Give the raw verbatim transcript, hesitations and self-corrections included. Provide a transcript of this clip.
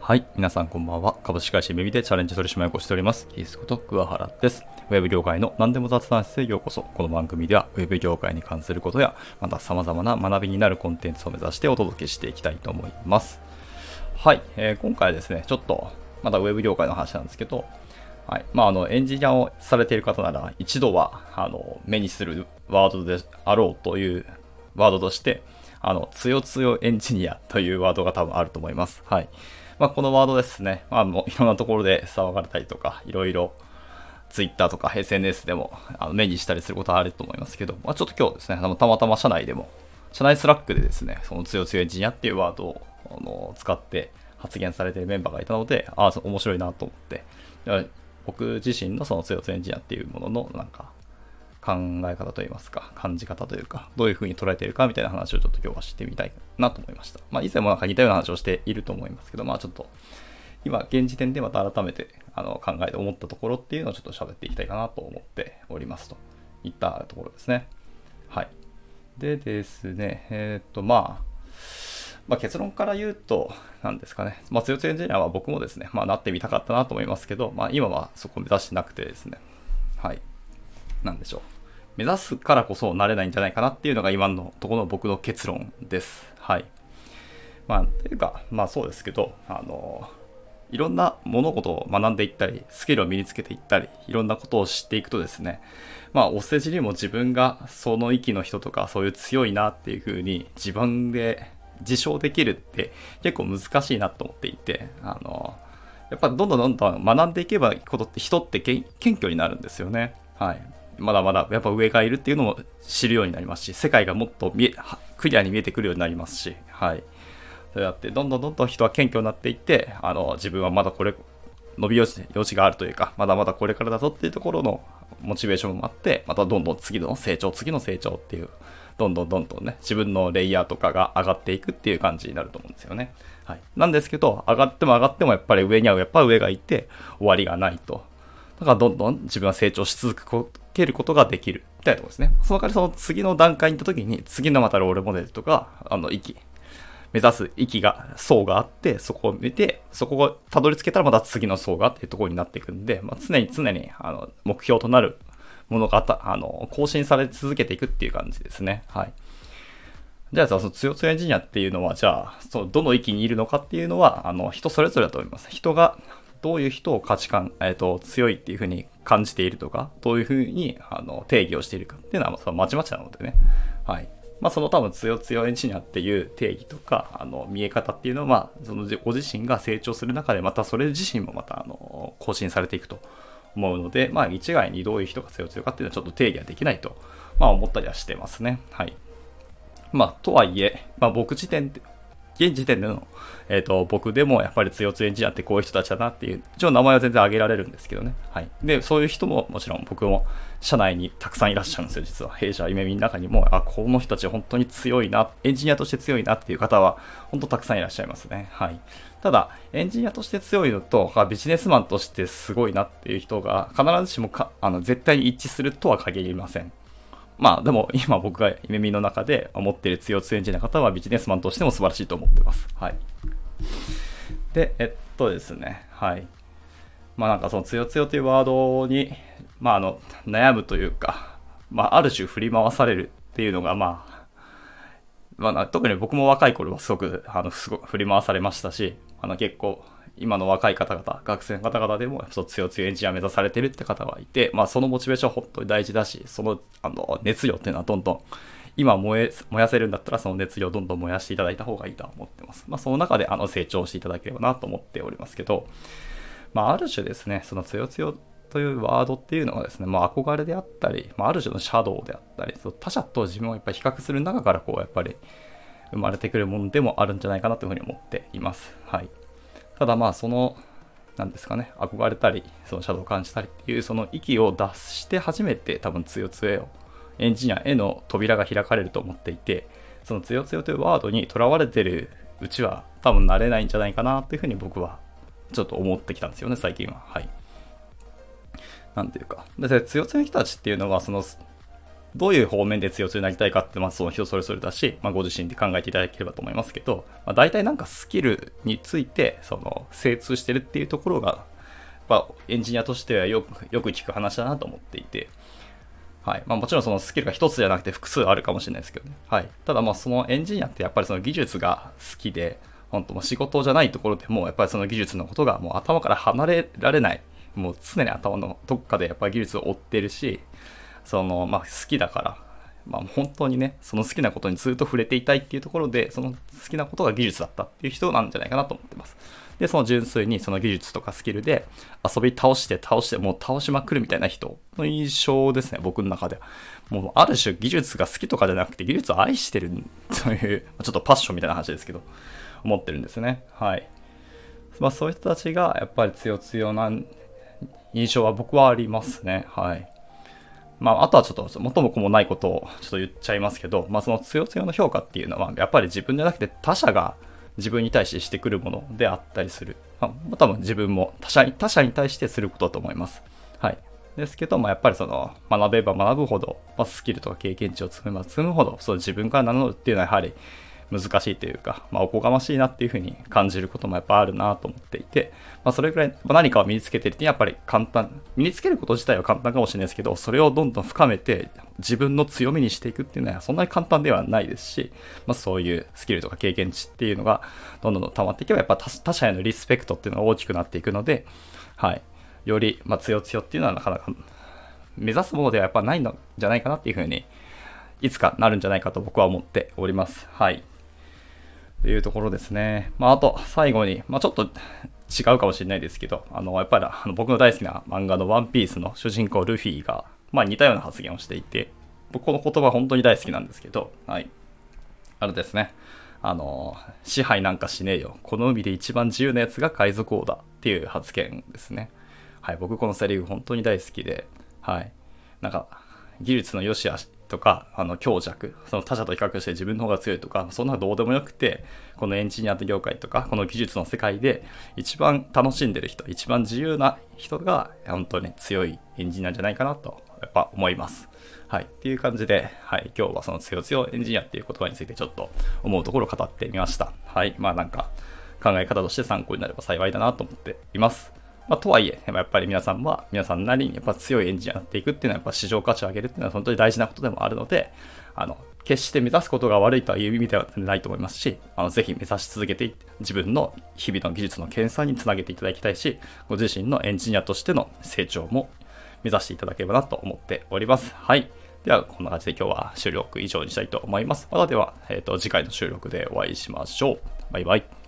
はい。皆さんこんばんは。株式会社耳でチャレンジ取締役をしております。キースこと桑原です。ウェブ業界の何でも雑談室へようこそ。この番組ではウェブ業界に関することや、また様々な学びになるコンテンツを目指してお届けしていきたいと思います。はい。えー、今回はですね、ちょっと、またウェブ業界の話なんですけど、はい。まあ、あの、エンジニアをされている方なら、一度は、あの、目にするワードであろうというワードとして、あの、つよつよエンジニアというワードが多分あると思います。はい。まあ、このワードですね、まあ、もういろんなところで騒がれたりとか、いろいろ Twitter とか エスエヌエス でもあの目にしたりすることはあると思いますけど、まあ、ちょっと今日ですね、たまたま社内でも、社内スラックでですね、そのつよつよエンジニアっていうワードをあの使って発言されているメンバーがいたので、ああ、面白いなと思って、僕自身のそのつよつよエンジニアっていうもののなんか考え方といいますか、感じ方というか、どういう風に捉えているかみたいな話をちょっと今日はしてみたいなと思いました。まあ以前もなんか似たような話をしていると思いますけど、まあちょっと今現時点でまた改めてあの考えて思ったところっていうのをちょっと喋っていきたいかなと思っておりますといったところですね。はい。でですね、えっとまあ、まあ、結論から言うと、なんですかね、まあ、つよつよエンジニアは僕もですね、まあ、なってみたかったなと思いますけど、まあ、今はそこを目指してなくてですね、はい。なんでしょう。目指すからこそなれないんじゃないかなっていうのが今のところの僕の結論です。はい。まあ、というか、まあそうですけど、あの、いろんな物事を学んでいったり、スキルを身につけていったり、いろんなことを知っていくとですね、まあお世辞にも自分がその域の人とか、そういう強いなっていう風に自分で自称できるって結構難しいなと思っていて、あの、やっぱどんどんどんどん学んでいけばいくことって人って謙虚になるんですよね。はい。まだまだやっぱ上がいるっていうのも知るようになりますし、世界がもっと見えクリアに見えてくるようになりますし、はい。そうやってどんどんどんどん人は謙虚になっていって、あの自分はまだこれ伸び余地余地があるというか、まだまだこれからだぞっていうところのモチベーションもあって、またどんどん次の成長、次の成長っていう、どんどんどんどんね、自分のレイヤーとかが上がっていくっていう感じになると思うんですよね。はい。なんですけど、上がっても上がってもやっぱり上にはやっぱり上がいて、終わりがないと。だからどんどん自分は成長し続けることができるみたいなところですね。その代わりその次の段階に行った時に、次のまたロールモデルとか、あの、息、目指す域が、層があって、そこを見て、そこをたどり着けたらまた次の層がっていうところになっていくんで、まあ、常に常にあの目標となるものがたあの更新され続けていくっていう感じですね。はい。じゃあ、そのつよつよエンジニアっていうのは、じゃあ、そのどの域にいるのかっていうのは、あの人それぞれだと思います。人がどういう人を価値観、えーと、強いっていうふうに感じているとか、どういうふうにあの定義をしているかっていうのは、そのまちまちなのでね。はい。まあ、その多分つよつよエンジニアっていう定義とか、あの見え方っていうのは、まあ、そのご自身が成長する中で、またそれ自身もまたあの更新されていくと思うので、まあ、一概にどういう人がつよつよかっていうのはちょっと定義はできないと、まあ、思ったりはしてますね。はい。まあ、とはいえ、まあ、僕時点で、現時点での、えっ、ー、と、僕でもやっぱりつよつよエンジニアってこういう人たちだなっていう、一応名前は全然挙げられるんですけどね。はい。で、そういう人ももちろん僕も社内にたくさんいらっしゃるんですよ、実は。弊社、夢見の中にも、あ、この人たち本当に強いな、エンジニアとして強いなっていう方は、本当たくさんいらっしゃいますね。はい。ただ、エンジニアとして強いのと、ビジネスマンとしてすごいなっていう人が、必ずしもかあの絶対に一致するとは限りません。まあでも今僕が夢見の中で持っている強強エンジニアの方はビジネスマンとしても素晴らしいと思ってます。はい。で、えっとですね、はい。まあなんかその強強というワードに、まああの、悩むというか、まあある種振り回されるっていうのがまあ、まあ特に僕も若い頃はすごく、あの、すごく振り回されましたし、あの結構、今の若い方々、学生の方々でも、そう強強エンジニア目指されてるって方がいて、まあそのモチベーションは本当に大事だし、その、あの、熱量っていうのはどんどん、今燃え、燃やせるんだったらその熱量をどんどん燃やしていただいた方がいいとは思ってます。まあその中であの成長していただければなと思っておりますけど、まあある種ですね、その強強というワードっていうのはですね、まあ憧れであったり、まあある種のシャドウであったり、他者と自分をやっぱり比較する中からこうやっぱり生まれてくるものでもあるんじゃないかなというふうに思っています。はい。ただまあその、なんですかね、憧れたり、そのシャドウを感じたりっていう、その域を脱して初めて多分つよつよエンジニアへの扉が開かれると思っていて、そのつよつよというワードにとらわれてるうちは多分慣れないんじゃないかなっていうふうに僕はちょっと思ってきたんですよね、最近は。はい。なんていうか。で、つよつよの人たちっていうのは、その、 どういう方面で強強になりたいかって、まあ、その人それぞれだし、まあ、ご自身で考えていただければと思いますけど、まあ、大体なんかスキルについてその精通してるっていうところが、やっぱエンジニアとしてはよくよく聞く話だなと思っていて、はいまあ、もちろんそのスキルが一つじゃなくて複数あるかもしれないですけどね。はい、ただまあそのエンジニアってやっぱりその技術が好きで、本当もう仕事じゃないところでもやっぱりその技術のことがもう頭から離れられない、もう常に頭のどっかでやっぱり技術を追ってるし、そのまあ好きだから、まあ、本当にねその好きなことにずっと触れていたいっていうところで、その好きなことが技術だったっていう人なんじゃないかなと思ってます。でその純粋にその技術とかスキルで遊び倒して倒してもう倒しまくるみたいな人の印象ですね、僕の中では。もうある種技術が好きとかじゃなくて技術を愛してるというちょっとパッションみたいな話ですけど思ってるんですね。はい。まあそういう人たちがやっぱり強強な印象は僕はありますね。はい。まあ、あとはちょっと元も子もないことをちょっと言っちゃいますけど、まあ、その強強の評価っていうのはやっぱり自分じゃなくて他者が自分に対してしてくるものであったりする。まあ、多分自分も他者に他者に対してすることだと思います。はい。ですけど、まあ、やっぱりその学べば学ぶほど、まあ、スキルとか経験値を積めば積むほど、そう自分から名乗るっていうのはやはり難しいというか、まあ、おこがましいなっていうふうに感じることもやっぱあるなと思っていて、まあ、それぐらい、まあ、何かを身につけてるってやっぱり簡単、身につけること自体は簡単かもしれないですけど、それをどんどん深めて自分の強みにしていくっていうのはそんなに簡単ではないですし、まあ、そういうスキルとか経験値っていうのがどんどん溜まっていけばやっぱ他者へのリスペクトっていうのが大きくなっていくので、はい、よりまあ強強っていうのはなかなか目指すものではやっぱないのじゃないかなっていうふうにいつかなるんじゃないかと僕は思っております。はい。というところですね。まあ、あと、最後に、まあ、ちょっと違うかもしれないですけど、あの、やっぱりあの僕の大好きな漫画のワンピースの主人公ルフィが、まあ、似たような発言をしていて、僕この言葉本当に大好きなんですけど、はい。あれですね。あの、支配なんかしねえよ。この海で一番自由なやつが海賊王だっていう発言ですね。はい。僕このセリフ本当に大好きで、はい。なんか、技術の良し悪しとか、あの強弱、その他者と比較して自分の方が強いとか、そんなのどうでもよくて、このエンジニア業界とか、この技術の世界で一番楽しんでる人、一番自由な人が本当に強いエンジニアじゃないかなと、やっぱ思います。はい。っていう感じで、はい。今日はその強強エンジニアっていう言葉についてちょっと思うところを語ってみました。はい。まあなんか考え方として参考になれば幸いだなと思っています。まあ、とはいえ、やっぱり皆さんは、皆さんなりにやっぱ強いエンジニアになっていくっていうのは、やっぱ市場価値を上げるっていうのは本当に大事なことでもあるので、あの、決して目指すことが悪いという意味ではないと思いますし、あのぜひ目指し続けていって、自分の日々の技術の研鑽につなげていただきたいし、ご自身のエンジニアとしての成長も目指していただければなと思っております。はい。では、こんな感じで今日は収録以上にしたいと思います。またでは、えっと、次回の収録でお会いしましょう。バイバイ。